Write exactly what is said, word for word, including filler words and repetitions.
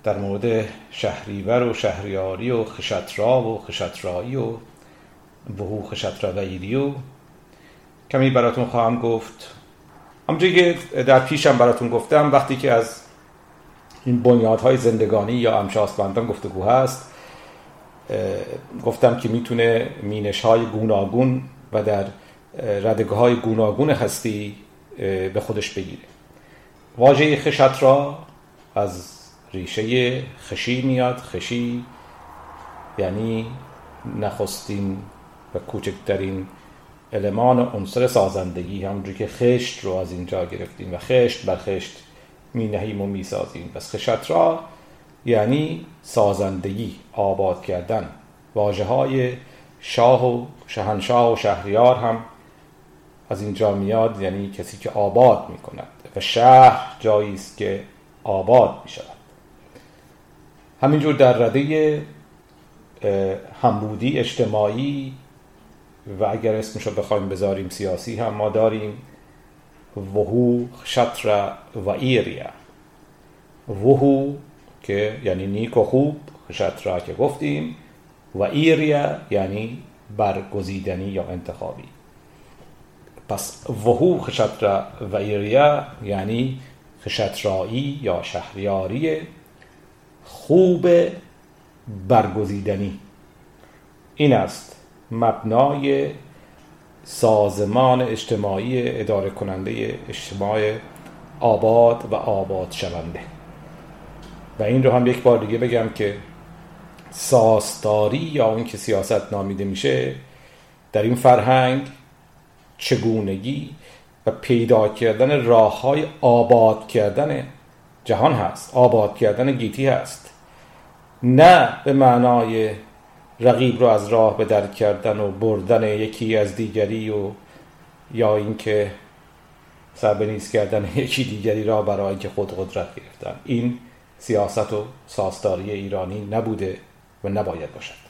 در مورد شهریور و شهریاری و خشترا و خشترایی و وهو خشترویری و کمی براتون خواهم گفت. همونجوری که در پیشم براتون گفتم، وقتی که از این بنیادهای زندگانی یا امشاسپندان گفتگو هست، گفتم که میتونه مینش‌های گوناگون و در ردگه‌های گوناگون هستی به خودش بگیره. واژه خشترا از ریشه خشی میاد. خشی یعنی نخستین و کوچکترین المان و عنصر سازندگی، همونجوری که خشت رو از اینجا گرفتیم و خشت بر خشت می نهیم و می سازیم. پس خشترا یعنی سازندگی، آباد کردن. واژه های شاه و شهنشاه و شهریار هم از اینجا میاد، یعنی کسی که آباد می کند، و شهر جایی است که آباد می شود. همینجور در رده همبودی اجتماعی و اگر اسمش رو بخوایم بذاریم سیاسی هم ما داریم وهو خشتر و ایریا. وهو که یعنی نیک و خوب، خشترا که گفتیم، و ایریا یعنی برگزیدنی یا انتخابی. پس وهو خشتر و ایریا یعنی خشترایی یا شهریاری خوب برگزیدنی. این است مبنای سازمان اجتماعی اداره کننده اجتماع آباد و آباد شونده. و این رو هم یک بار دیگه بگم که سازداری یا اون که سیاست نامیده میشه در این فرهنگ چگونگی و پیدا کردن راه‌های آباد کردن جهان هست، آباد کردن گیتی هست، نه به معنای رقیب رو از راه به در کردن و بردن یکی از دیگری و یا اینکه سر به نیست کردن یکی دیگری را برای اینکه خود قدرت گرفتن. این سیاست و سازداری ایرانی نبوده و نباید باشد.